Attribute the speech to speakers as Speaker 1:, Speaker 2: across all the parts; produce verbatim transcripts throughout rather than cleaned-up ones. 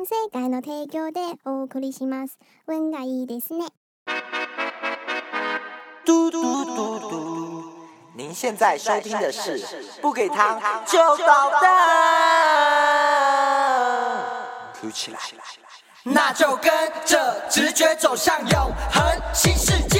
Speaker 1: 全世界の提供でお送りします。運がいいですね。
Speaker 2: 嘟嘟嘟嘟，您现在收听的是不给糖就捣蛋，哭起来，那就跟着直觉走向永恒新世界。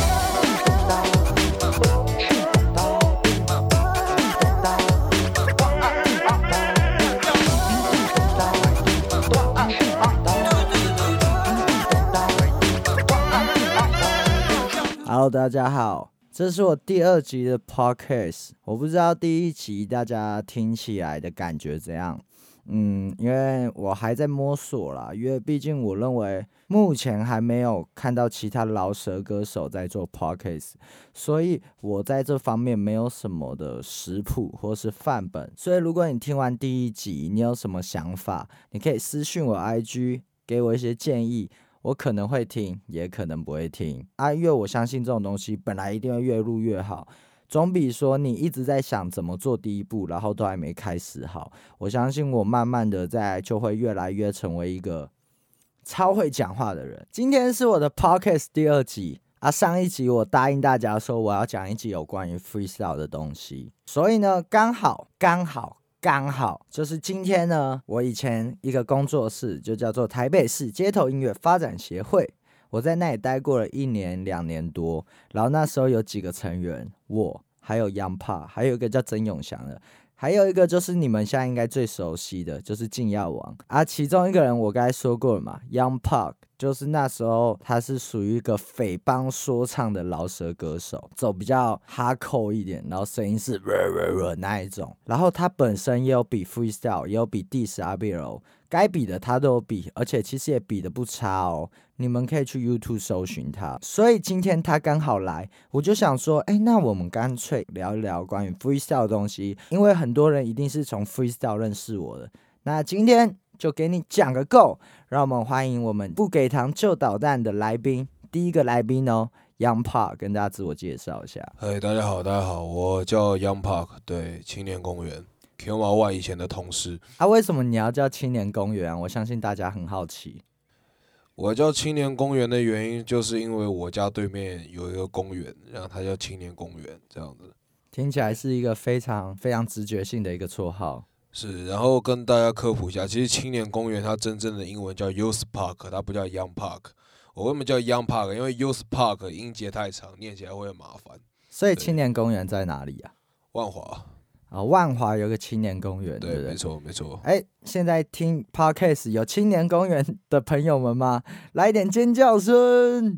Speaker 3: Hello， 大家好，这是我第二集的 podcast。我不知道第一集大家听起来的感觉怎样，嗯，因为我还在摸索啦，因为毕竟我认为目前还没有看到其他饶舌歌手在做 podcast， 所以我在这方面没有什么的食谱或是范本。所以如果你听完第一集，你有什么想法，你可以私讯我 I G， 给我一些建议。我可能会听，也可能不会听啊，因为我相信这种东西本来一定会越录越好，总比说你一直在想怎么做第一步，然后都还没开始好。我相信我慢慢的在就会越来越成为一个超会讲话的人。今天是我的 podcast 第二集啊，上一集我答应大家说我要讲一集有关于 freestyle 的东西，所以呢，刚好刚好。刚好就是今天呢，我以前一个工作室就叫做台北市街头音乐发展协会，我在那里待过了一年两年多，然后那时候有几个成员，我还有 Young Park， 还有一个叫曾永祥的，还有一个就是你们现在应该最熟悉的，就是禁药王啊。其中一个人我刚才说过了嘛 ，Young Park。就是那时候他是属于一个匪帮说唱的饶舌歌手，走比较哈扣一点，然后声音是那一种，然后他本身也有比 freestyle， 也有比 diss R B L， 该比的他都有比，而且其实也比的不差哦，你们可以去 YouTube 搜寻他。所以今天他刚好来，我就想说，哎，那我们干脆聊一聊关于 freestyle 的东西，因为很多人一定是从 freestyle 认识我的，那今天就给你讲个够，让我们欢迎我们不给糖就捣蛋的来宾。第一个来宾哦 ，Young Park， 跟大家自我介绍一下。
Speaker 4: 嗨，大家好，大家好，我叫 Young Park， 对，青年公园 Q 毛 Y 以前的同事。
Speaker 3: 啊，为什么你要叫青年公园啊？我相信大家很好奇。
Speaker 4: 我叫青年公园的原因，就是因为我家对面有一个公园，然后它叫青年公园，这样子。
Speaker 3: 听起来是一个非常非常直觉性的一个绰号。
Speaker 4: 是，然后跟大家科普一下，其实青年公园它真正的英文叫 Youth Park， 它不叫 Young Park。我为什么叫 Young Park？ 因为 Youth Park 音节太长，念起来会很麻烦。
Speaker 3: 所以青年公园在哪里啊？
Speaker 4: 万华。
Speaker 3: 啊，万华有个青年公园，对，
Speaker 4: 对，没错，没错。
Speaker 3: 哎，现在听 Podcast 有青年公园的朋友们吗？来一点尖叫声！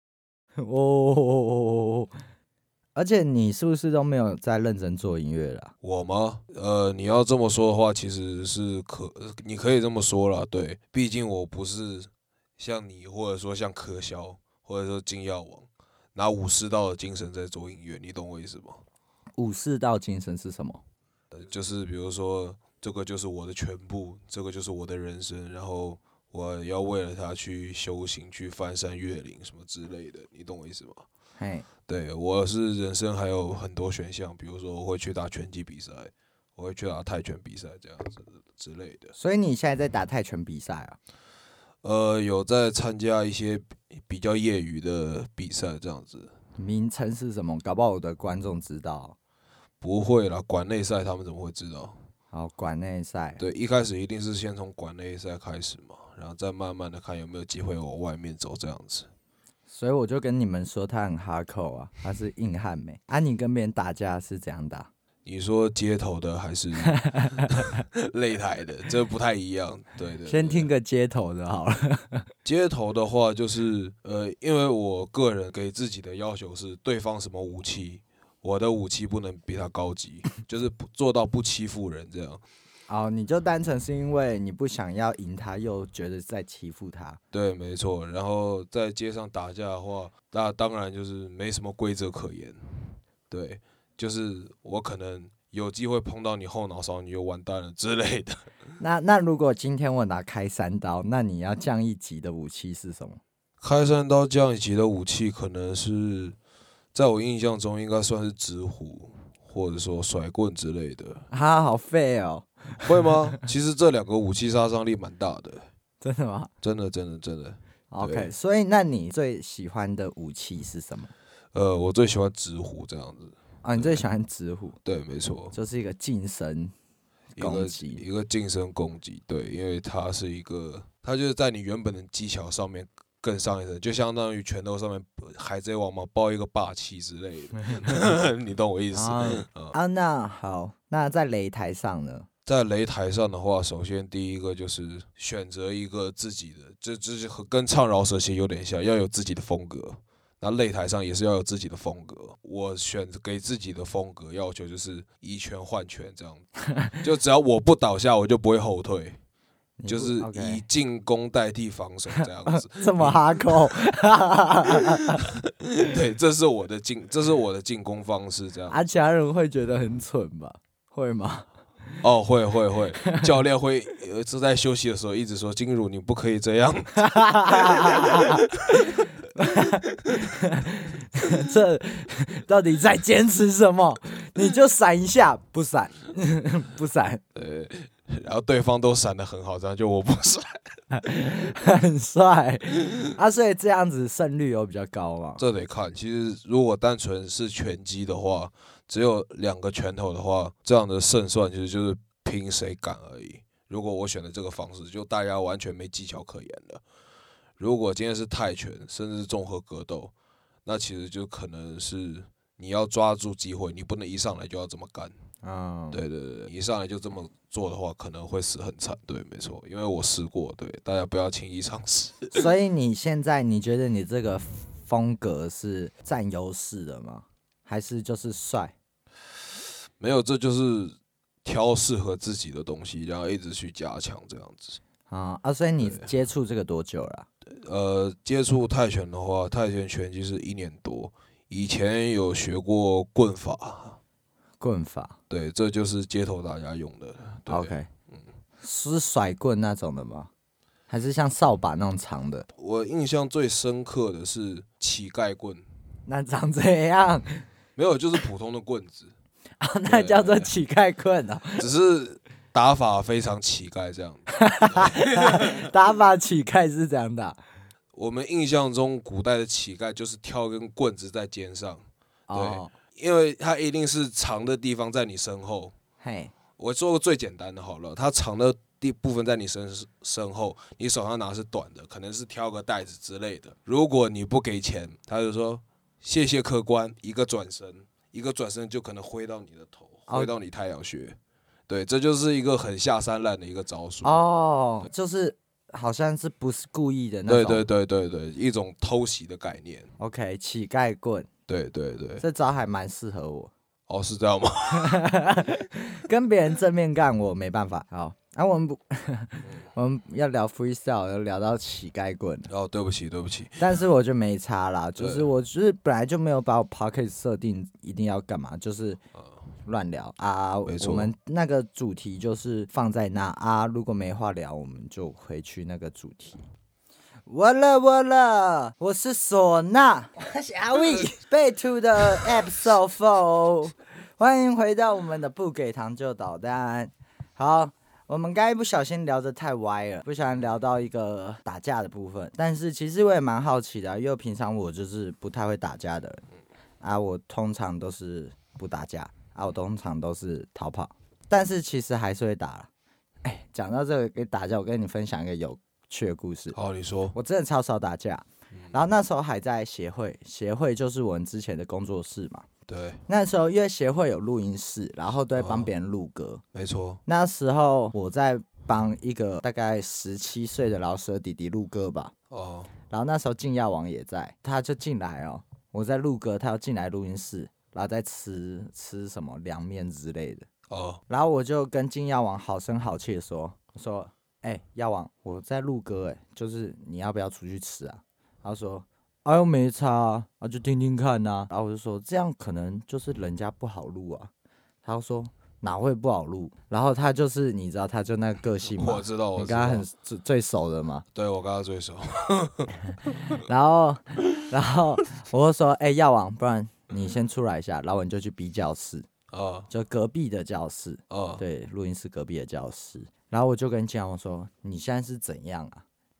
Speaker 3: 哦。而且你是不是都没有在认真做音乐啦？
Speaker 4: 我吗？呃，你要这么说的话，其实是可，你可以这么说啦。对，毕竟我不是像你，或者说像柯萧，或者说金耀王，拿武士道的精神在做音乐，你懂我意思吗？
Speaker 3: 武士道精神是什么？
Speaker 4: 呃，就是比如说，这个就是我的全部，这个就是我的人生，然后我要为了它去修行，去翻山越岭什么之类的，你懂我意思吗？
Speaker 3: 嘿，
Speaker 4: 对，我是人生还有很多选项，比如说我会去打拳击比赛，我会去打泰拳比赛这样子之类的。
Speaker 3: 所以你现在在打泰拳比赛啊？
Speaker 4: 呃，有在参加一些比较业余的比赛这样子。
Speaker 3: 名称是什么？搞不好我的观众知道。
Speaker 4: 不会啦，馆内赛他们怎么会知道？
Speaker 3: 好，馆内赛。
Speaker 4: 对，一开始一定是先从馆内赛开始嘛，然后再慢慢的看有没有机会往外面走这样子。
Speaker 3: 所以我就跟你们说他很哈扣啊，他是硬汉妹啊。你跟别人打架是怎样打？
Speaker 4: 你说街头的还是擂台的？这不太一样。对 对, 对。
Speaker 3: 先听个街头的好了。
Speaker 4: 街头的话就是呃，因为我个人给自己的要求是，对方什么武器，我的武器不能比他高级，就是做到不欺负人这样。
Speaker 3: 哦，你就单纯是因为你不想要赢他，又觉得在欺负他。
Speaker 4: 对，没错。然后在街上打架的话，那当然就是没什么规则可言。对，就是我可能有机会碰到你后脑勺，你就完蛋了之类的。
Speaker 3: 那那如果今天我拿开山刀，那你要降一级的武器是什么？
Speaker 4: 开山刀降一级的武器可能是，在我印象中应该算是直虎，或者说甩棍之类的。
Speaker 3: 啊，好废哦。
Speaker 4: 会吗？其实这两个武器杀伤力蛮大的。
Speaker 3: 真的吗？
Speaker 4: 真的真的真的。
Speaker 3: OK， 所以那你最喜欢的武器是什么？
Speaker 4: 呃，我最喜欢直虎这样子。
Speaker 3: 啊，你最喜欢直虎？
Speaker 4: 对，没错，
Speaker 3: 就是一个近身攻击，
Speaker 4: 一个近身攻击。对，因为它是一个，它就是在你原本的技巧上面更上一层，就相当于拳头上面海贼王嘛，包一个霸气之类的，你懂我意思？
Speaker 3: 啊、
Speaker 4: 嗯、
Speaker 3: 啊，那好，那在擂台上呢？
Speaker 4: 在擂台上的话，首先第一个就是选择一个自己的，这这是跟唱饶舌其实有点像，要有自己的风格。那擂台上也是要有自己的风格。我选给自己的风格要求就是以拳换拳这样，就只要我不倒下，我就不会后退。就是以进攻代替防守这样子，
Speaker 3: 这么哈扣，
Speaker 4: 对，这是我的进，这是我的进攻方式，这样。
Speaker 3: 啊，其他人会觉得很蠢吧？会吗？
Speaker 4: 哦，会会会，教练会有一次在休息的时候一直说：“金汝，你不可以这样。”
Speaker 3: 这到底在坚持什么？你就闪一下，不闪，不闪。
Speaker 4: 对，然后对方都闪得很好，这样就我不闪，
Speaker 3: 很帅啊！所以这样子胜率有比较高吗？
Speaker 4: 这得看。其实如果单纯是拳击的话，只有两个拳头的话，这样的胜算其实就是拼谁敢而已。如果我选的这个方式，就大家完全没技巧可言了。如果今天是泰拳，甚至是综合格斗，那其实就可能是你要抓住机会，你不能一上来就要这么干。嗯，对对对，一上来就这么做的话，可能会死很惨。对，没错，因为我试过。对，大家不要轻易尝试。
Speaker 3: 所以你现在你觉得你这个风格是占优势的吗？还是就是帅？
Speaker 4: 没有，这就是挑适合自己的东西，然后一直去加强这样子。
Speaker 3: 啊啊！所以你接触这个多久了啊？
Speaker 4: 呃，接触泰拳的话，泰拳拳击是一年多，以前有学过棍法。
Speaker 3: 棍法，
Speaker 4: 对，这就是街头大家用的。
Speaker 3: OK， 嗯，是甩棍那种的吗？还是像扫把那种长的？
Speaker 4: 我印象最深刻的是乞丐棍。
Speaker 3: 那长这样？
Speaker 4: 没有，就是普通的棍子。
Speaker 3: 啊，那叫做乞丐棍哦。
Speaker 4: 只是打法非常乞丐这样。
Speaker 3: 打法乞丐是这样打。
Speaker 4: 我们印象中古代的乞丐就是挑根棍子在肩上，对。哦，因为它一定是长的地方在你身后。嘿，我做个最简单的好了，它长的地部分在你身身后，你手上拿的是短的，可能是挑个袋子之类的。如果你不给钱，他就说谢谢客官，一个转身，一个转身就可能挥到你的头，挥到你太阳穴。对，这就是一个很下三滥的一个招数。哦，
Speaker 3: 就是好像是不是故意的那种。
Speaker 4: 对对对对对，一种偷袭的概念。
Speaker 3: OK， 乞丐棍。
Speaker 4: 对对对，
Speaker 3: 这招还蛮适合我。
Speaker 4: 哦，是这样吗？
Speaker 3: 跟别人正面干我没办法。好，啊，我们不，我们要聊 freestyle， 要聊到乞丐棍。
Speaker 4: 哦，对不起对不起。
Speaker 3: 但是我就没差啦，就是我就是本来就没有把我 podcast 设定一定要干嘛，就是乱聊啊。我们那个主题就是放在那啊，如果没话聊，我们就回去那个主题。我了我了，我是唢呐，我是阿伟。Back to the episode four， 欢迎回到我们的不给糖就捣蛋。好，我们刚才不小心聊得太歪了，不小心聊到一个打架的部分。但是其实我也蛮好奇的、啊，因为平常我就是不太会打架的人啊，我通常都是不打架啊，我通常都是逃跑，但是其实还是会打了。哎，讲到这个跟打架，我跟你分享一个有趣的故事。
Speaker 4: 好，你说。
Speaker 3: 我真的超少打架，然后那时候还在协会，协会就是我们之前的工作室嘛。
Speaker 4: 对。
Speaker 3: 那时候因为协会有录音室，然后都会帮别人录歌。
Speaker 4: 没错。
Speaker 3: 那时候我在帮一个大概十七岁的饶舌弟弟录歌吧。哦。然后那时候禁药王也在，他就进来哦，我在录歌，他要进来录音室，然后再吃吃什么凉面之类的。哦。然后我就跟禁药王好声好气的说，我说。哎、欸，药王，我在录歌，哎，就是你要不要出去吃啊？他说，哎呦没差啊，啊就听听看呐、啊。然后我就说，这样可能就是人家不好录啊。他说哪会不好录？然后他就是你知道，他就那个个性嘛，
Speaker 4: 我知道，我
Speaker 3: 你跟他很最最熟的嘛。
Speaker 4: 对，我跟他最熟。
Speaker 3: 然后，然后我就说，哎、欸，药王，不然你先出来一下，然后你就去 B 教室，哦，就隔壁的教室，哦，对，录音室隔壁的教室。然后我就跟金阳说：“你现在是怎样啊？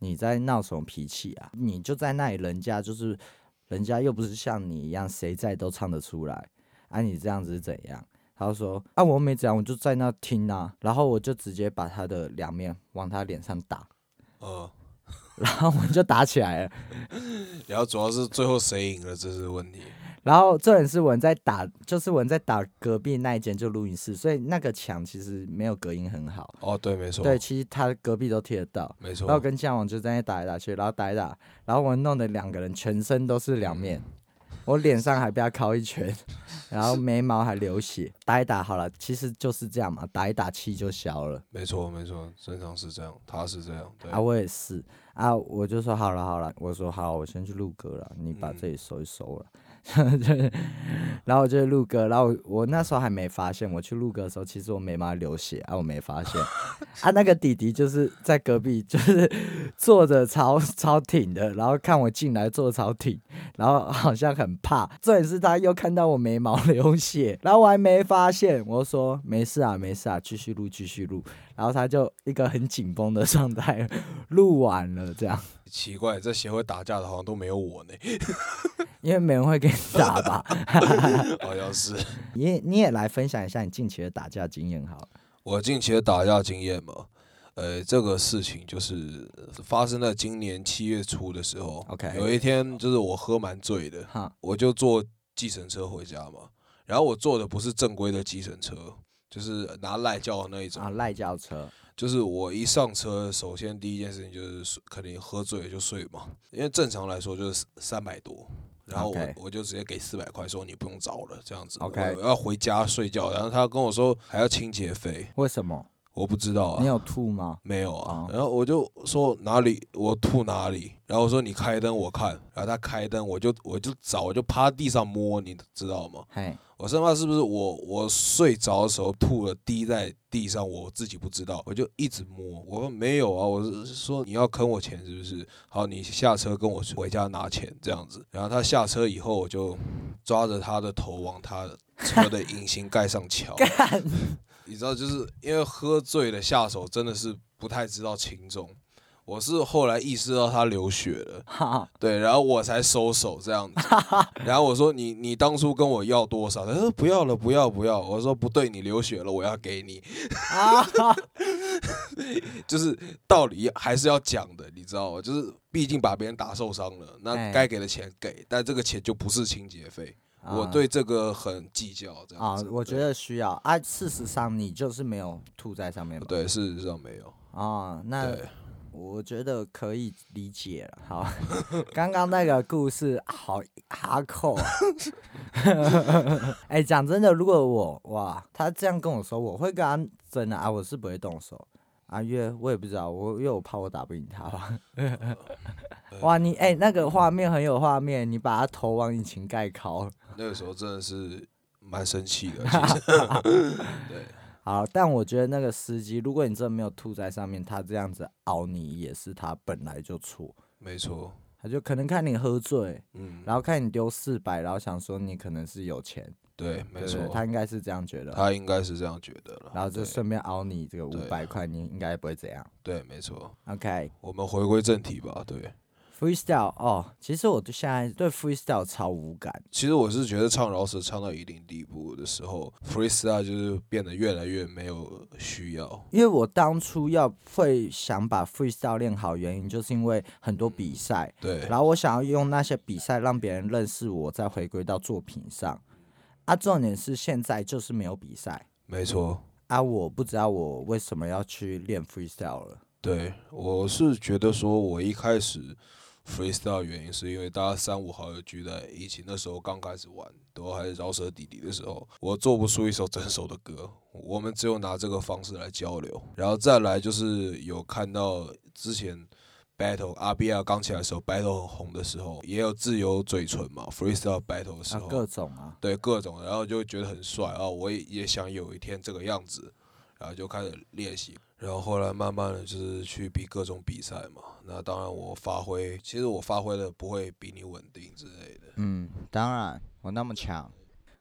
Speaker 3: 你在闹什么脾气啊？你就在那里，人家就是人家又不是像你一样，谁在都唱得出来啊！你这样子是怎样？他就说啊，我没怎样，我就在那听啊，然后我就直接把他的两面往他脸上打，
Speaker 4: 呃，
Speaker 3: 然后我们就打起来了。
Speaker 4: 然后主要是最后谁赢了，这是问题。
Speaker 3: 然后重点是我们在打，就是我们在打隔壁那一间就录音室，所以那个墙其实没有隔音很好。
Speaker 4: 哦，对，没错。
Speaker 3: 对，其实他隔壁都听得到。
Speaker 4: 没错。
Speaker 3: 然后跟姜王就在那打来打去，然后打一打，然后我弄得两个人全身都是两面，我脸上还被他敲一拳，然后眉毛还流血。打一打好了，其实就是这样嘛，打一打气就消了。
Speaker 4: 没错，没错，正常是这样，他是这样。对
Speaker 3: 啊，我也是啊，我就说好了好了，我说好，我先去录歌了，你把这里收一收了。然后我就录歌，然后 我, 我那时候还没发现，我去录歌的时候，其实我眉毛流血啊，我没发现啊。那个弟弟就是在隔壁，就是坐着超超挺的，然后看我进来坐超挺，然后好像很怕。重点是他又看到我眉毛流血，然后我还没发现，我就说没事啊，没事啊，继续录，继续录。然后他就一个很紧绷的状态，录完了这样。
Speaker 4: 奇怪，这协会打架的好像都没有我呢，
Speaker 3: 因为没人会跟你打吧？
Speaker 4: 好像是。
Speaker 3: 你你也来分享一下你近期的打架经验好了。
Speaker 4: 我近期的打架经验嘛，呃，这个事情就是发生在今年七月初的时候。
Speaker 3: OK，
Speaker 4: 有一天就是我喝蛮醉的，我就坐计程车回家嘛，然后我坐的不是正规的计程车，就是拿赖叫的那一种
Speaker 3: 啊，赖叫车。
Speaker 4: 就是我一上车，首先第一件事情就是肯定喝醉了就睡嘛，因为正常来说就是三百多，然后我、okay. 我就直接给四百块，说你不用找了这样子。
Speaker 3: OK，
Speaker 4: 我要回家睡觉，然后他跟我说还要清洁费，
Speaker 3: 为什么？
Speaker 4: 我不知道啊。
Speaker 3: 你有吐吗？
Speaker 4: 没有啊。
Speaker 3: 哦、
Speaker 4: 然后我就说哪里我吐哪里，然后我说你开灯我看，然后他开灯，我就我就找，我就趴地上摸，你知道吗？
Speaker 3: 嘿。
Speaker 4: 我生怕是不是我我睡着的时候吐了滴在地上，我自己不知道，我就一直摸。我说没有啊，我是说你要坑我钱是不是？好，你下车跟我回家拿钱这样子。然后他下车以后，我就抓着他的头往他车的引擎盖上敲。你知道，就是因为喝醉了下手真的是不太知道轻重。我是后来意识到他流血了，对，然后我才收手这样子。然后我说你你当初跟我要多少？他说不要了，不要不要。我说不对，你流血了，我要给你。就是道理还是要讲的，你知道吗？就是毕竟把别人打受伤了，那该给的钱给，但这个钱就不是清洁费。我对这个很计较，这样子。
Speaker 3: 啊，我觉得需要啊。事实上，你就是没有吐在上面吗？
Speaker 4: 对，事实上没有。
Speaker 3: 啊，那。我觉得可以理解了。好，刚刚那个故事好哈扣啊！哎、欸，讲真的，如果我哇，他这样跟我说，我会跟他争的啊，我是不会动手啊，因为我也不知道，我因为我怕我打不赢他吧。哇，你哎、欸，那个画面很有画面，你把他头往引擎盖敲，
Speaker 4: 那个时候真的是蛮生气的。其实对。
Speaker 3: 好，但我觉得那个司机，如果你真的没有吐在上面，他这样子熬你也是他本来就错。
Speaker 4: 没错，
Speaker 3: 他就可能看你喝醉，
Speaker 4: 嗯，
Speaker 3: 然后看你丢四百，然后想说你可能是有钱。
Speaker 4: 对，没错，
Speaker 3: 他应该是这样觉得。
Speaker 4: 他应该是这样觉得了。
Speaker 3: 然后就顺便熬你这个五百块，你应该不会怎样。
Speaker 4: 对，没错。
Speaker 3: OK，
Speaker 4: 我们回归正题吧。对。
Speaker 3: freestyle 哦，其实我对现在对 freestyle 超无感。
Speaker 4: 其实我是觉得唱饶舌唱到一定地步的时候 ，freestyle 就是变得越来越没有需要。
Speaker 3: 因为我当初要会想把 freestyle 练好，原因就是因为很多比赛，
Speaker 4: 对，
Speaker 3: 然后我想要用那些比赛让别人认识我，再回归到作品上。啊，重点是现在就是没有比赛。
Speaker 4: 没错。
Speaker 3: 啊，我不知道我为什么要去练 freestyle 了。
Speaker 4: 对，我是觉得说我一开始。freestyle 原因是因为大家三五好友聚在一起，那时候刚开始玩，都还是饶舌弟弟的时候，我做不出一首整首的歌，我们只有拿这个方式来交流。然后再来就是有看到之前 battle 阿 B 亚刚起来的时候 battle 很红的时候，也有自由嘴唇嘛 freestyle battle 的时候、
Speaker 3: 啊、各种啊，
Speaker 4: 对各种，然后就觉得很帅啊，我也也想有一天这个样子，然后就开始练习。然后后来慢慢的就是去比各种比赛嘛，那当然我发挥，其实我发挥的不会比你稳定之类的。
Speaker 3: 嗯，当然我那么强。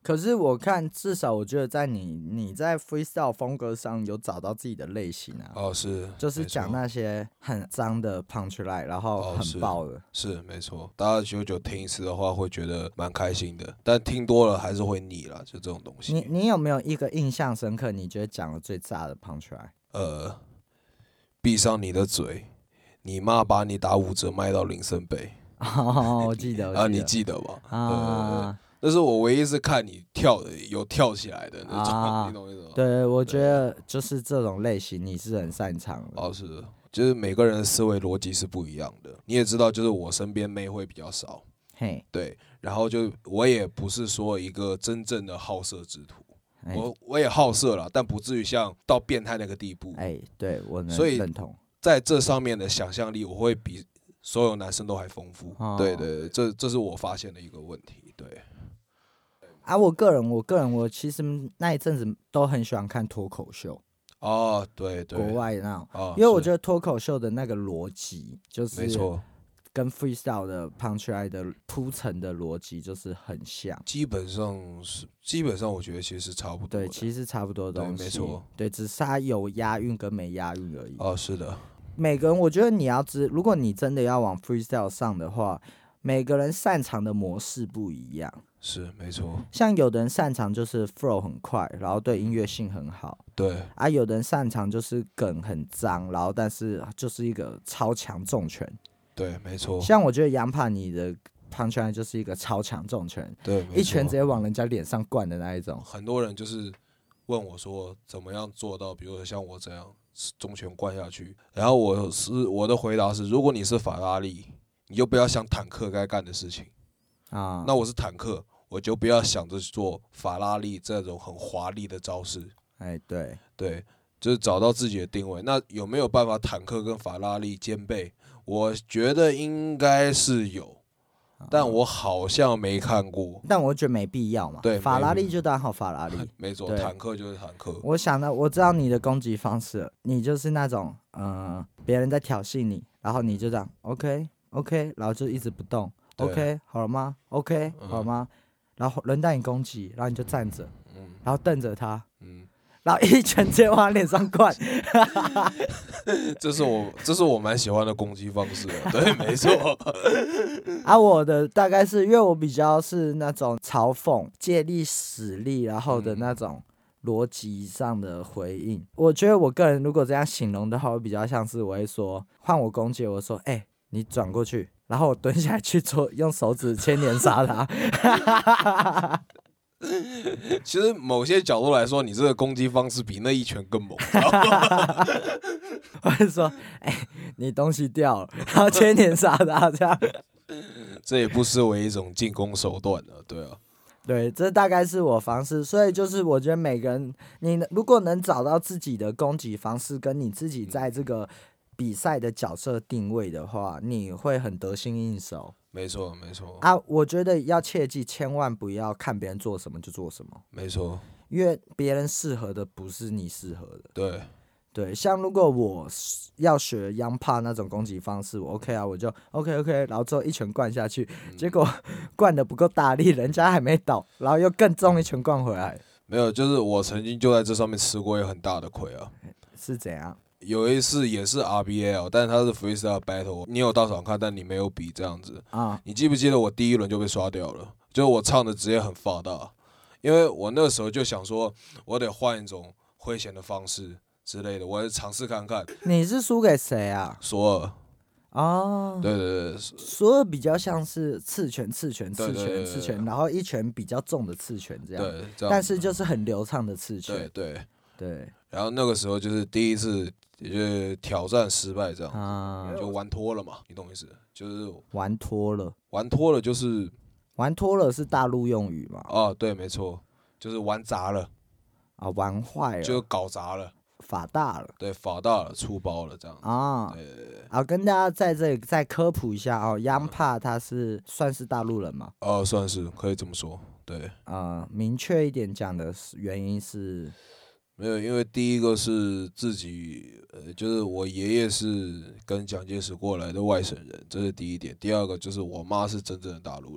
Speaker 3: 可是我看，至少我觉得在你你在 freestyle 风格上有找到自己的类型啊。
Speaker 4: 哦，是，
Speaker 3: 就是讲那些很脏的 punchline， 然后很爆的。
Speaker 4: 哦、是, 是没错，大家久久听一次的话，会觉得蛮开心的，但听多了还是会腻啦，就这种东西。
Speaker 3: 你你有没有一个印象深刻？你觉得讲的最炸的 punchline？
Speaker 4: 呃，闭上你的嘴，你妈把你打五折卖到林森北。
Speaker 3: 哦，我记得，我记得
Speaker 4: 啊，你记得吧？
Speaker 3: 啊，
Speaker 4: 那是我唯一是看你跳的有跳起来的那种，啊、你懂那种？
Speaker 3: 对，我觉得就是这种类型你是很擅长的。
Speaker 4: 哦，是的，就是每个人的思维逻辑是不一样的。你也知道，就是我身边妹会比较少，
Speaker 3: 嘿，
Speaker 4: 对，然后就我也不是说一个真正的好色之徒，我我也好色啦，但不至于像到变态那个地步。
Speaker 3: 哎，对我能认同。
Speaker 4: 在这上面的想象力，我会比所有男生都还丰富。哦、对对，这这是我发现的一个问题。对。
Speaker 3: 啊，我个人，我个人，我其实那一阵子都很喜欢看脱口秀。
Speaker 4: 哦，对对，
Speaker 3: 国外那种，
Speaker 4: 哦、
Speaker 3: 因为我觉得脱口秀的那个逻辑就是
Speaker 4: 没错，
Speaker 3: 跟 freestyle 的 punchline 的铺陈的逻辑就是很像。
Speaker 4: 基本上是，基本上我觉得其实是差不多的。
Speaker 3: 对，其实差不多的东西，
Speaker 4: 没错。
Speaker 3: 对，只是它有押韵跟没押韵而已。
Speaker 4: 哦，是的。
Speaker 3: 每个人，我觉得你要知，如果你真的要往 freestyle 上的话，每个人擅长的模式不一样。
Speaker 4: 是没错，
Speaker 3: 像有的人擅长就是 flow 很快，然后对音乐性很好，
Speaker 4: 对
Speaker 3: 啊，有的人擅长就是梗很脏，然后但是就是一个超强重拳，
Speaker 4: 对，没错。
Speaker 3: 像我觉得杨帕你的 punchline 就是一个超强重拳，
Speaker 4: 对，
Speaker 3: 一拳直接往人家脸上灌的那一种。
Speaker 4: 很多人就是问我说，怎么样做到，比如说像我这样重拳灌下去，然后我是我的回答是，如果你是法拉利，你就不要想坦克该干的事情啊，那我是坦克。我就不要想着做法拉利这种很华丽的招式，
Speaker 3: 哎，对
Speaker 4: 对，就是找到自己的定位。那有没有办法坦克跟法拉利兼备？我觉得应该是有，但我好像没看过。
Speaker 3: 但我觉得没必要嘛。
Speaker 4: 对，
Speaker 3: 法拉利就当好法拉利，
Speaker 4: 没错，坦克就是坦克。
Speaker 3: 我想到，我知道你的攻击方式，你就是那种，嗯、呃，别人在挑衅你，然后你就这样 ，OK OK， 然后就一直不动 ，OK 好了吗 ？OK 好了吗？嗯，然后轮到你攻击，然后你就站着，嗯，然后瞪着他，嗯，然后一拳直接往他脸上灌。
Speaker 4: 这是我，这是我蛮喜欢的攻击方式的，对，没错。
Speaker 3: 啊，我的大概是因为我比较是那种嘲讽、借力使力，然后的那种逻辑上的回应。嗯、我觉得我个人如果这样形容的话，我比较像是我会说，换我攻击，我说，哎、欸，你转过去。然后我蹲下去做，用手指牵连杀他。
Speaker 4: 其实某些角度来说，你这个攻击方式比那一拳更猛。
Speaker 3: 我会说，哎、欸，你东西掉了，然后牵连杀他，这样。
Speaker 4: 这也不失为一种进攻手段了，对啊。
Speaker 3: 对，这大概是我方式，所以就是我觉得每个人，你如果能找到自己的攻击方式，跟你自己在这个比赛的角色定位的话，你会很得心应手。
Speaker 4: 没错，没错
Speaker 3: 啊！我觉得要切记，千万不要看别人做什么就做什么。
Speaker 4: 没错，
Speaker 3: 因为别人适合的不是你适合的。
Speaker 4: 对
Speaker 3: 对，像如果我要学 Young Pa 那种攻击方式，我 OK 啊，我就 OK OK， 然后之后一拳灌下去，嗯、结果灌的不够大力，人家还没倒，然后又更重一拳灌回来。
Speaker 4: 没有，就是我曾经就在这上面吃过一个很大的亏啊。
Speaker 3: 是怎样？
Speaker 4: 有一次也是 R B L， 但是它是 freestyle battle， 你有到场看，但你没有比这样子啊。你记不记得我第一轮就被刷掉了？就是我唱的直接很发大，因为我那时候就想说，我得换一种诙谐的方式之类的，我尝试看看。
Speaker 3: 你是输给谁啊？
Speaker 4: 索尔。
Speaker 3: 哦，
Speaker 4: 对对对，
Speaker 3: 索尔比较像是刺拳、刺拳、刺拳、刺拳，然后一拳比较重的刺拳这样。
Speaker 4: 对，这样
Speaker 3: 但是就是很流畅的刺拳。
Speaker 4: 对对
Speaker 3: 对。
Speaker 4: 然后那个时候就是第一次。也就是挑战失败这样，啊、就玩脱了嘛，你懂意思？就是
Speaker 3: 玩脱了，
Speaker 4: 玩脱了就是
Speaker 3: 玩脱了是大陆用语嘛？
Speaker 4: 哦，对，没错，就是玩砸了
Speaker 3: 啊，玩坏了，
Speaker 4: 就搞砸了，
Speaker 3: 法大了，
Speaker 4: 对，法大了，出包了这样
Speaker 3: 啊。
Speaker 4: 对对对。
Speaker 3: 好，跟大家在这里再科普一下哦 ，Young Pa 他是算是大陆人吗？
Speaker 4: 哦，算是可以这么说，对。
Speaker 3: 呃，明确一点讲的原因是。
Speaker 4: 没有，因为第一个是自己，呃，就是我爷爷是跟蒋介石过来的外省人，这是第一点。第二个就是我妈是真正的大陆人，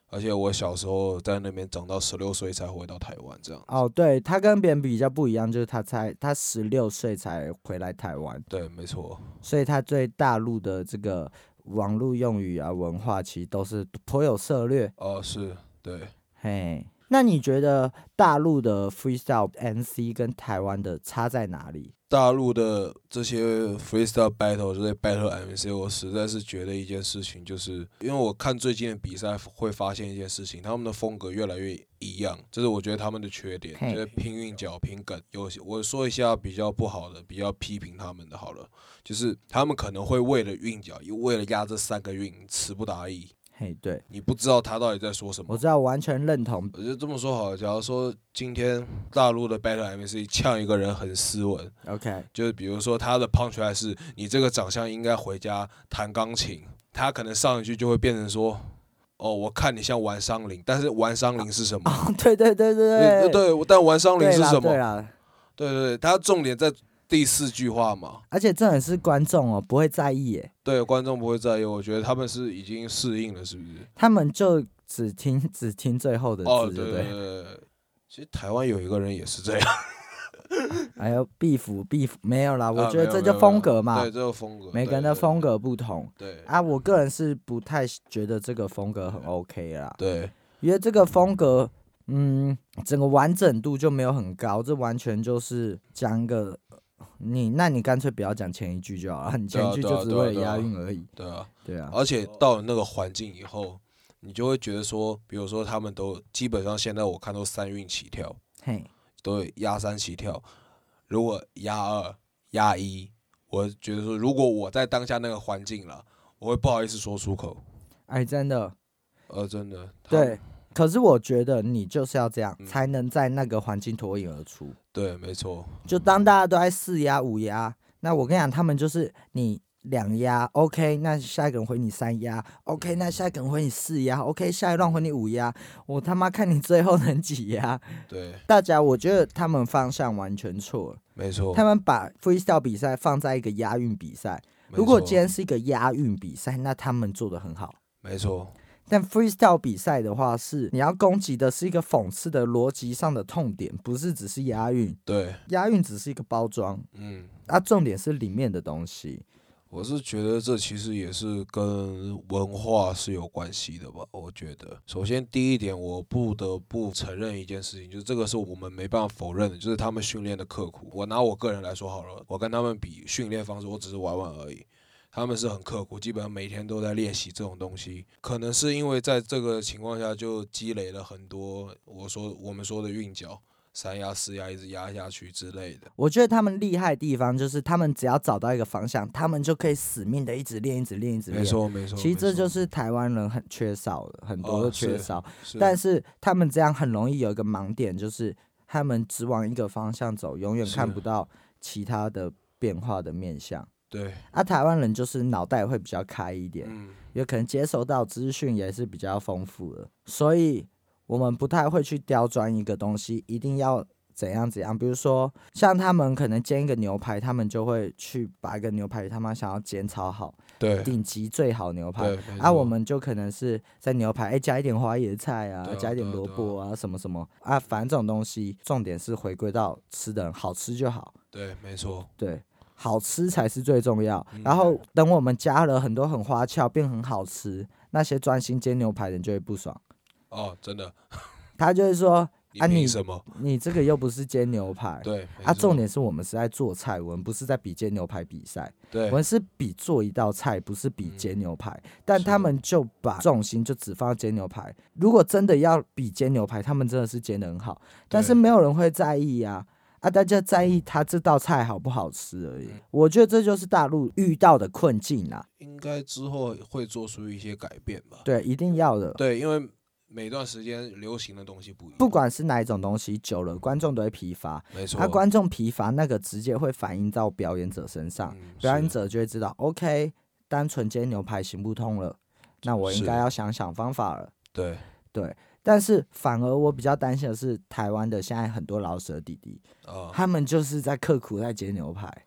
Speaker 4: 而且我小时候在那边长到十六岁才回到台湾，这样。
Speaker 3: 哦，对，他跟别人比较不一样，就是他才他十六岁才回来台湾，
Speaker 4: 对，没错。
Speaker 3: 所以他对大陆的这个网络用语啊文化，其实都是颇有涉略。
Speaker 4: 哦，是，对。
Speaker 3: 嘿，那你觉得大陆的 freestyle M C 跟台湾的差在哪里？
Speaker 4: 大陆的这些 freestyle battle 这些 battle M C， 我实在是觉得一件事情，就是因为我看最近的比赛会发现一件事情，他们的风格越来越一样，这是我觉得他们的缺点，就是拼韵脚、拼梗。有我说一下比较不好的，比较批评他们的好了，就是他们可能会为了韵脚，为了压这三个韵，词不达意。
Speaker 3: 嘿，对，
Speaker 4: 你不知道他到底在说什么。
Speaker 3: 我知道，完全认同。
Speaker 4: 我就这么说好了，假如说今天大陆的 battle M C 呛一个人很斯文
Speaker 3: ，OK，
Speaker 4: 就是比如说他的 punchline 是你这个长相应该回家弹钢琴，他可能上一句就会变成说，哦，我看你像玩商林，但是玩商林是什么？
Speaker 3: 哦，对对对对
Speaker 4: 对对对，但玩商林是什么？
Speaker 3: 对啦，
Speaker 4: 对对对，他重点在第四句话嘛，
Speaker 3: 而且这也是观众哦，不会在意耶。
Speaker 4: 对，观众不会在意，我觉得他们是已经适应了，是不是？
Speaker 3: 他们就只听只听最后的字，
Speaker 4: 哦，
Speaker 3: 对
Speaker 4: 对对对。其实台湾有一个人也是这样。
Speaker 3: 还有壁虎壁虎没有啦，我
Speaker 4: 啊
Speaker 3: 觉得这就风格嘛，
Speaker 4: 对，这个风格，
Speaker 3: 每个人的风格不同。
Speaker 4: 对
Speaker 3: 啊，我个人是不太觉得这个风格很 OK 啦。
Speaker 4: 对，
Speaker 3: 因为这个风格，嗯，整个完整度就没有很高，这完全就是讲一个你，那你干脆不要讲前一句就好了，你前一句就只为了押韵而已。
Speaker 4: 对啊，
Speaker 3: 对啊。
Speaker 4: 而且到了那个环境以后，你就会觉得说，比如说他们都基本上现在我看都三韵起跳，
Speaker 3: 嘿，
Speaker 4: 都压三起跳。如果压二、压一，我觉得说，如果我在当下那个环境了，我会不好意思说出口。
Speaker 3: 哎，真的。
Speaker 4: 呃，真的。
Speaker 3: 对。可是我觉得你就是要这样，
Speaker 4: 嗯、
Speaker 3: 才能在那个环境脱颖而出。
Speaker 4: 对，没错。
Speaker 3: 就当大家都在四压五压，那我跟你讲，他们就是你两压 ，OK， 那下一个人回你三压 ，OK， 那下一个人回你四压 ，OK， 下一轮回你五压，我他妈看你最后能几压。
Speaker 4: 对，
Speaker 3: 大家我觉得他们方向完全错了。
Speaker 4: 没错。
Speaker 3: 他们把 freestyle 比赛放在一个押韵比赛，如果今天是一个押韵比赛，那他们做得很好。
Speaker 4: 没错。
Speaker 3: 但 freestyle 比赛的话，是你要攻击的是一个讽刺的逻辑上的痛点，不是只是押韵。
Speaker 4: 对，
Speaker 3: 押韵只是一个包装，
Speaker 4: 嗯，
Speaker 3: 啊，重点是里面的东西。
Speaker 4: 我是觉得这其实也是跟文化是有关系的吧。我觉得，首先第一点，我不得不承认一件事情，就是这个是我们没办法否认的，就是他们训练的刻苦。我拿我个人来说好了，我跟他们比训练方式，我只是玩玩而已。他们是很刻苦，基本上每天都在练习这种东西。可能是因为在这个情况下就积累了很多我说我们说的韵脚，三压四压一直压下去之类的。
Speaker 3: 我觉得他们厉害的地方就是他们只要找到一个方向，他们就可以死命的一直练一直练一直练。
Speaker 4: 没错没错。
Speaker 3: 其实这就是台湾人很缺少的，很多都缺少、
Speaker 4: 哦、是是
Speaker 3: 但是他们这样很容易有一个盲点，就是他们只往一个方向走，永远看不到其他的变化的面向。
Speaker 4: 对
Speaker 3: 啊，台湾人就是脑袋会比较开一点，
Speaker 4: 嗯，
Speaker 3: 有可能接收到资讯也是比较丰富的，所以我们不太会去刁钻一个东西，一定要怎样怎样。比如说，像他们可能煎一个牛排，他们就会去把一个牛排他妈想要煎超好，
Speaker 4: 对，
Speaker 3: 顶级最好牛排。
Speaker 4: 对，
Speaker 3: 啊，我们就可能是在牛排，哎，加一点花椰菜啊，
Speaker 4: 啊
Speaker 3: 加一点萝卜啊，什么什么啊，反正这种东西，重点是回归到吃的人好吃就好。
Speaker 4: 对，没错。
Speaker 3: 对。好吃才是最重要，然后等我们加了很多很花俏变很好吃，那些专心煎牛排的人就会不爽。
Speaker 4: 哦，真的。
Speaker 3: 他就会说啊，
Speaker 4: 你什么？
Speaker 3: 你这个又不是煎牛排。
Speaker 4: 对。
Speaker 3: 啊，重点是我们是在做菜，我们不是在比煎牛排比赛。
Speaker 4: 对。
Speaker 3: 我们是比做一道菜，不是比煎牛排。嗯、但他们就把重心就只放在煎牛排。如果真的要比煎牛排，他们真的是煎得很好，但是没有人会在意啊。啊，大家在意他这道菜好不好吃而已。嗯、我觉得这就是大陆遇到的困境啦。
Speaker 4: 应该之后会做出一些改变吧？
Speaker 3: 对，一定要的。
Speaker 4: 对，因为每段时间流行的东西不一样，
Speaker 3: 不管是哪一种东西，久了观众都会疲乏。
Speaker 4: 没错。
Speaker 3: 他、啊、观众疲乏，那个直接会反映到表演者身上，嗯、表演者就会知道 ，OK， 单纯煎牛排行不通了，那我应该要想想方法了。
Speaker 4: 对
Speaker 3: 对。但是反而我比较担心的是，台湾的现在很多饶舌弟弟，
Speaker 4: 哦、
Speaker 3: 他们就是在刻苦在煎牛排。
Speaker 4: 因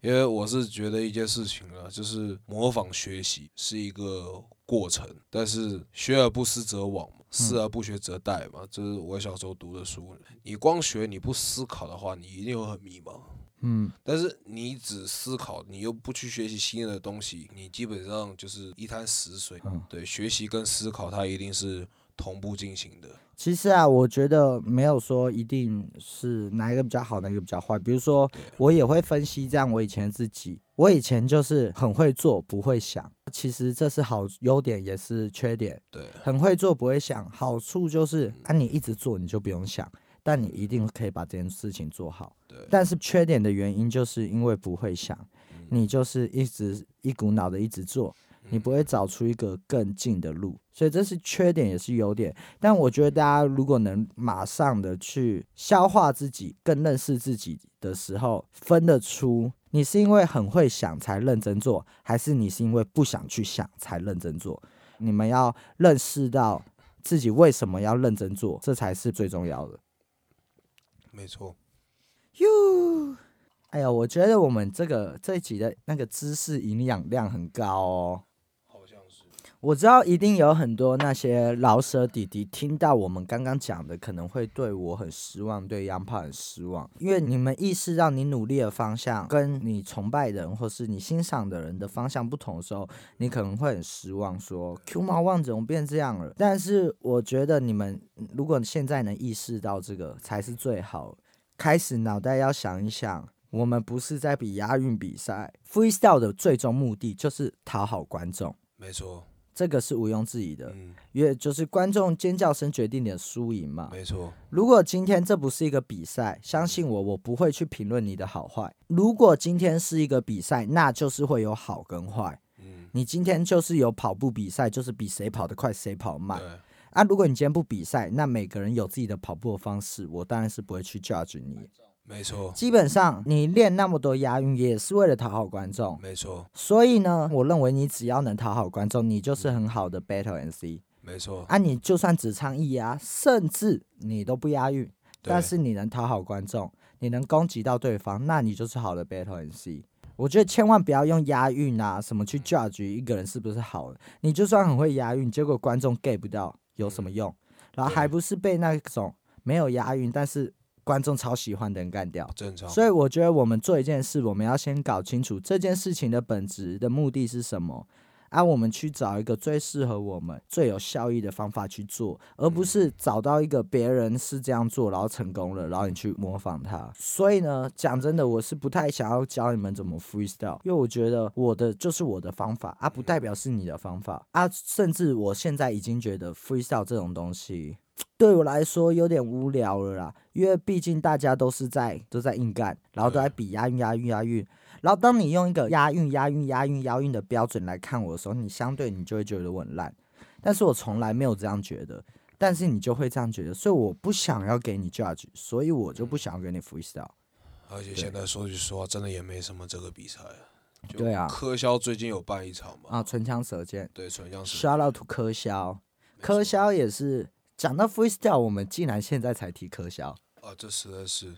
Speaker 4: 因为我是觉得一件事情啊，就是模仿学习是一个过程，但是学而不思则罔嘛，思而不学则殆嘛，这是我小时候读的书。你光学你不思考的话，你一定会很迷茫。
Speaker 3: 嗯，
Speaker 4: 但是你只思考，你又不去学习新的东西，你基本上就是一滩死水。
Speaker 3: 嗯，
Speaker 4: 对，学习跟思考它一定是同步进行的。
Speaker 3: 其实啊，我觉得没有说一定是哪一个比较好，哪一个比较坏。比如说，我也会分析这样我以前的自己，我以前就是很会做，不会想。其实这是好优点，也是缺点。
Speaker 4: 对，
Speaker 3: 很会做，不会想，好处就是啊，你一直做，你就不用想。但你一定可以把这件事情做好。
Speaker 4: 对，
Speaker 3: 但是缺点的原因就是因为不会想，你就是一直一股脑的一直做，你不会找出一个更近的路，所以这是缺点也是优点。但我觉得大家如果能马上的去消化自己，更认识自己的时候，分得出你是因为很会想才认真做，还是你是因为不想去想才认真做。你们要认识到自己为什么要认真做，这才是最重要的。
Speaker 4: 没错。
Speaker 3: 哟，哎呀，我觉得我们这个这一集的那个知识营养量很高哦。
Speaker 4: 好像是。
Speaker 3: 我知道一定有很多那些饶舌弟弟听到我们刚刚讲的，可能会对我很失望，对央炮很失望，因为你们意识到你努力的方向跟你崇拜的人或是你欣赏的人的方向不同的时候，你可能会很失望，说 Q 毛旺怎么变这样了？但是我觉得你们如果现在能意识到这个，才是最好。开始脑袋要想一想，我们不是在比押韵比赛 ，freestyle 的最终目的就是讨好观众。
Speaker 4: 没错。
Speaker 3: 这个是毋庸置疑的，
Speaker 4: 嗯，
Speaker 3: 因为就是观众尖叫声决定你的输赢嘛。
Speaker 4: 没错。
Speaker 3: 如果今天这不是一个比赛，相信我，我不会去评论你的好坏。如果今天是一个比赛，那就是会有好跟坏。
Speaker 4: 嗯，
Speaker 3: 你今天就是有跑步比赛，就是比谁跑得快，谁跑得慢。
Speaker 4: 对。
Speaker 3: 啊，如果你今天不比赛，那每个人有自己的跑步的方式，我当然是不会去 judge 你。
Speaker 4: 没错。
Speaker 3: 基本上你练那么多押韵也是为了讨好观众。
Speaker 4: 没错。
Speaker 3: 所以呢，我认为你只要能讨好观众，你就是很好的 battle M C。
Speaker 4: 没错。
Speaker 3: 啊，你就算只唱一押，甚至你都不押韵，但是你能讨好观众，你能攻击到对方，那你就是好的 battle M C。我觉得千万不要用押韵啊什么去 judge 一个人是不是好的。你就算很会押韵，结果观众 get 不到，有什么用？然后还不是被那种没有押韵但是观众超喜欢的人干掉。
Speaker 4: 正常。
Speaker 3: 所以我觉得我们做一件事，我们要先搞清楚这件事情的本质的目的是什么，啊，我们去找一个最适合我们、最有效益的方法去做，而不是找到一个别人是这样做，然后成功了，然后你去模仿他。所以呢，讲真的，我是不太想要教你们怎么 freestyle， 因为我觉得我的就是我的方法啊，不代表是你的方法啊。甚至我现在已经觉得 freestyle 这种东西对我来说有点无聊了啦，因为毕竟大家都是在都在硬干，然后都在比押韵押韵押韵，然后当你用一个押韵押韵押韵押韵的标准来看我的时候，你相对你就会觉得我很烂，但是我从来没有这样觉得，但是你就会这样觉得，所以我不想要给你 judge， 所以我就不想要给你 freestyle。
Speaker 4: 而且现在说句实话，真的也没什么这个比赛。
Speaker 3: 对啊，
Speaker 4: 柯萧最近有办一场嘛？
Speaker 3: 啊，唇枪舌剑。
Speaker 4: 对，唇枪舌剑。
Speaker 3: Shout out to 柯萧，柯萧也是讲到 freestyle， 我们竟然现在才提柯萧
Speaker 4: 啊，这实在是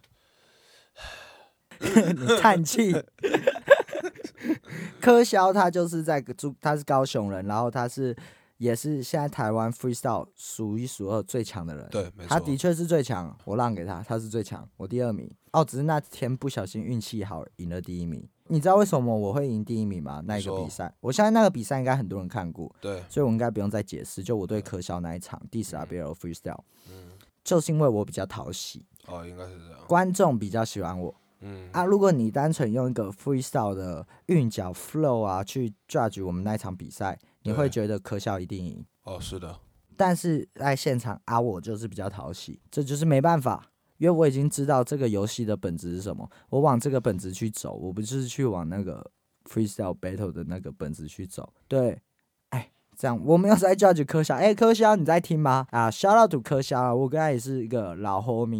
Speaker 3: 你叹气。柯萧他就是在他是高雄人，然后他是也是现在台湾 freestyle 数一数二最强的人。
Speaker 4: 对，没错，
Speaker 3: 他的确是最强，我让给他，他是最强，我第二名。哦，只是那天不小心运气好，赢了第一名。你知道为什么我会赢第一名吗？那一个比赛，我相信那个比赛应该很多人看过，
Speaker 4: 对，
Speaker 3: 所以我应该不用再解释。就我对柯萧那一场第十 R B L freestyle，嗯，就是因为我比较讨喜，
Speaker 4: 哦，应该是这样，
Speaker 3: 观众比较喜欢我。嗯啊，如果你单纯用一个 freestyle 的韵脚 flow 啊去 judge 我们那一场比赛，你会觉得柯萧一定赢。
Speaker 4: 哦，是的。
Speaker 3: 但是在现场啊，我就是比较讨喜，这就是没办法，因为我已经知道这个游戏的本质是什么，我往这个本质去走，我不就是去往那个 freestyle battle 的那个本质去走。对，哎，这样我没有在 judge 柯萧，哎，柯萧你在听吗？啊 ，shout out to 柯萧啊，我跟他也是一个老 homie 了。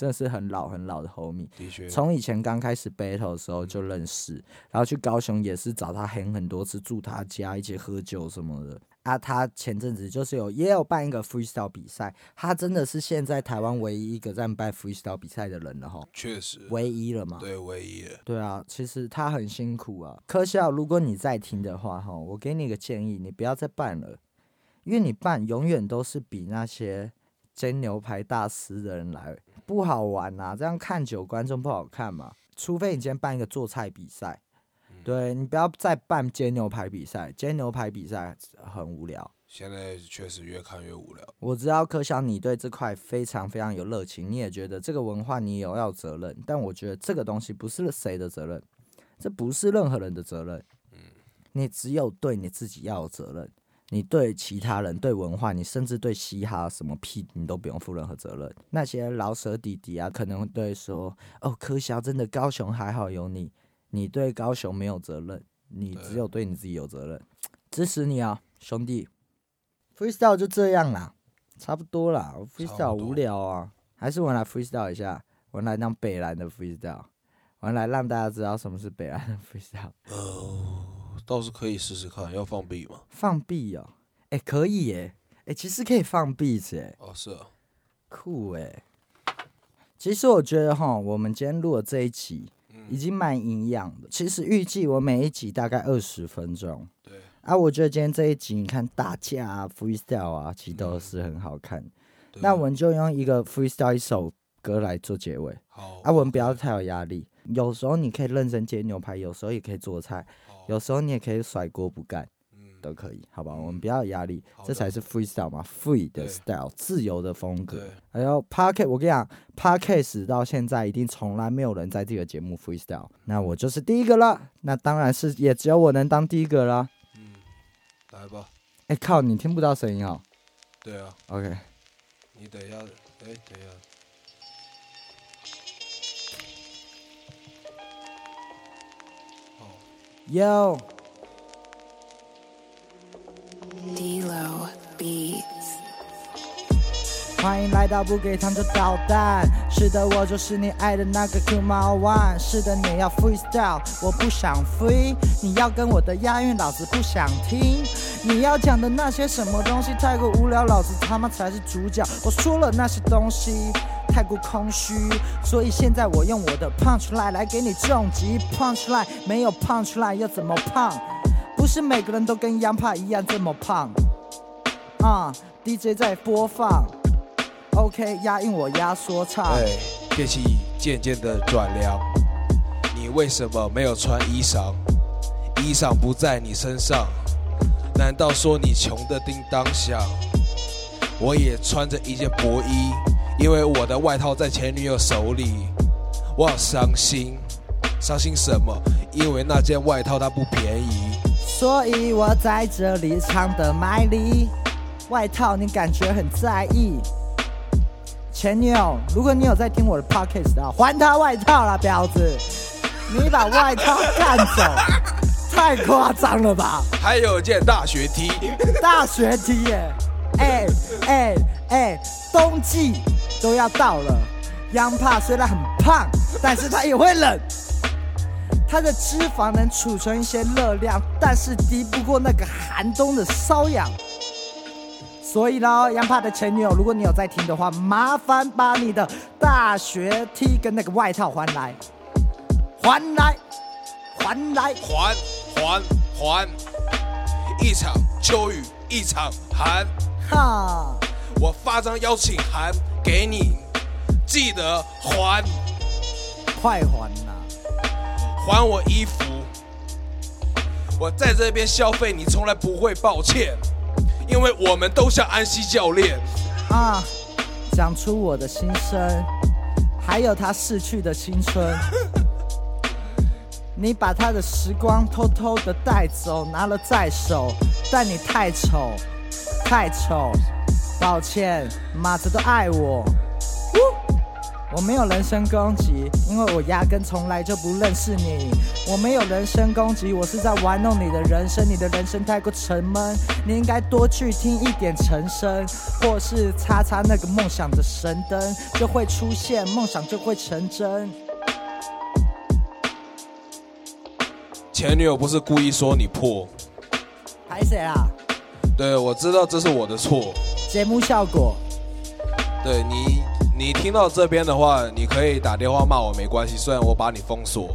Speaker 3: 真的是很老很老的 homie。
Speaker 4: 的确，
Speaker 3: 从以前刚开始 battle 的时候就认识，然后去高雄也是找他 hang 很多次，住他家一起喝酒什么的。啊，他前阵子就是有也有办一个 freestyle 比赛，他真的是现在台湾唯一一个在办 freestyle 比赛的人了齁，
Speaker 4: 确实
Speaker 3: 唯一了嘛。
Speaker 4: 对，唯一了。
Speaker 3: 对啊，其实他很辛苦啊。柯笑，如果你在听的话齁，我给你一个建议，你不要再办了，因为你办永远都是比那些煎牛排大师的人来，不好玩啊，这样看久观众不好看嘛。除非你今天办一个做菜比赛。对，你不要再办煎牛排比赛，煎牛排比赛很无聊。
Speaker 4: 现在确实越看越无聊。
Speaker 3: 我知道柯晓你对这块非常非常有热情，你也觉得这个文化你有要有责任，但我觉得这个东西不是谁的责任，这不是任何人的责任。你只有对你自己要有责任，你对其他人、对文化，你甚至对嘻哈什么屁，你都不用负任何责任。那些老舍弟弟啊，可能会说：“哦，柯晓真的高雄还好有你。”你对高雄没有责任，你只有对你自己有责任。支持你啊，兄弟 ！Freestyle 就这样啦，差不多啦。Freestyle 无聊啊，还是我来 Freestyle 一下，我来当北兰的 Freestyle， 我来让大家知道什么是北兰的 Freestyle。
Speaker 4: 呃，倒是可以试试看，要放币吗？
Speaker 3: 放币哦，哎、欸，可以耶，哎、欸，其实可以放币耶。
Speaker 4: 哦，是啊，
Speaker 3: 酷哎。其实我觉得哈，我们今天录的这一集。已经蛮营养的。其实预计我每一集大概二十分钟。
Speaker 4: 对
Speaker 3: 啊，我觉得今天这一集你看打架啊、freestyle 啊，其实都是很好看。嗯、那我们就用一个 freestyle 一首歌来做结尾。
Speaker 4: 好
Speaker 3: 啊，我们不要太有压力。有时候你可以认真煎牛排，有时候也可以做菜，有时候你也可以甩锅不干。都可以，好吧？我们不要有压力，这才是 freestyle 嘛 ，free 的 style， 自由的风格。还有 podcast， 我跟你讲 ，podcast 到现在一定从来没有人在这个节目 freestyle， 那我就是第一个了。那当然是也只有我能当第一个啦。
Speaker 4: 嗯，来吧。
Speaker 3: 哎、欸、靠，你听不到声音哦。
Speaker 4: 对啊。
Speaker 3: OK。
Speaker 4: 你等一下，哎、欸，等一下。
Speaker 3: 哦。Yo。
Speaker 5: D-Lo Beats，
Speaker 3: 欢迎来到不给糖就捣蛋。是的，我就是你爱的那个 Q 毛丸。是的，你要 freestyle， 我不想 free。你要跟我的押韵，老子不想听。你要讲的那些什么东西太过无聊，老子他妈才是主角。我说了那些东西太过空虚，所以现在我用我的 punchline 来给你重击。punchline 没有 punchline 要怎么胖？不是每个人都跟央帕一样这么胖啊、uh, ！D J 在播放 ，OK， 押韵我压说唱。
Speaker 4: 哎，天气渐渐的转凉，你为什么没有穿衣裳？衣裳不在你身上，难道说你穷的叮当响？我也穿着一件薄衣，因为我的外套在前女友手里，我好伤心，伤心什么？因为那件外套它不便宜。
Speaker 3: 所以我在这里唱的卖力，外套你感觉很在意。前女友，如果你有在听我的 podcast 的话，还他外套啦，婊子！你把外套干走，太夸张了吧？
Speaker 4: 还有一件大学 T，
Speaker 3: 大学 T 耶！哎哎哎，冬季都要到了，央帕虽然很胖，但是他也会冷。它的脂肪能储存一些热量，但是敌不过那个寒冬的瘙痒。所以呢，央帕的前女友，如果你有在听的话，麻烦把你的大学 T 跟那个外套还来，还来，还来，
Speaker 4: 还还还！一场秋雨一场寒，
Speaker 3: 哈！
Speaker 4: 我发张邀请函给你，记得还，
Speaker 3: 快还啦！
Speaker 4: 还我衣服，我在这边消费，你从来不会抱歉，因为我们都像安西教练
Speaker 3: 啊，讲出我的心声，还有他逝去的青春。你把他的时光偷偷的带走，拿了在手，但你太丑，太丑，抱歉，马子都爱我。 我没有人身攻击，因为我压根从来就不认识你。我没有人身攻击，我是在玩弄你的人生。你的人生太过沉闷，你应该多去听一点陈升，或是擦擦那个梦想的神灯，就会出现，梦想就会成真。
Speaker 4: 前女友不是故意说你破，
Speaker 3: 拍谁啦？
Speaker 4: 对，我知道这是我的错。
Speaker 3: 节目效果。
Speaker 4: 对你，你听到这边的话，你可以打电话骂我没关系，虽然我把你封锁。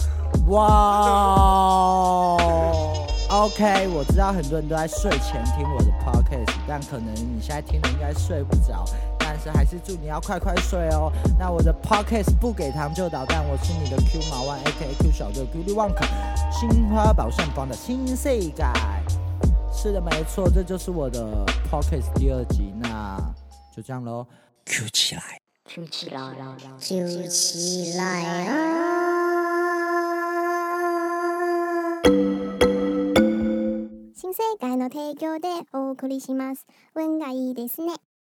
Speaker 3: 哇 ，OK， 我知道很多人都在睡前听我的 podcast， 但可能你现在听的应该睡不着，但是还是祝你要快快睡哦。那我的 podcast 不给糖就捣蛋，我是你的 Q 毛万 A K A Q 小哥 Q 力旺可，心花宝上方的新世界。是的，没错，这就是我的 podcast 第二集，那就这样咯。
Speaker 2: Q 起来
Speaker 1: Q 起来 Q 起来啊！新世界の提供でお送りします。運がいいですね。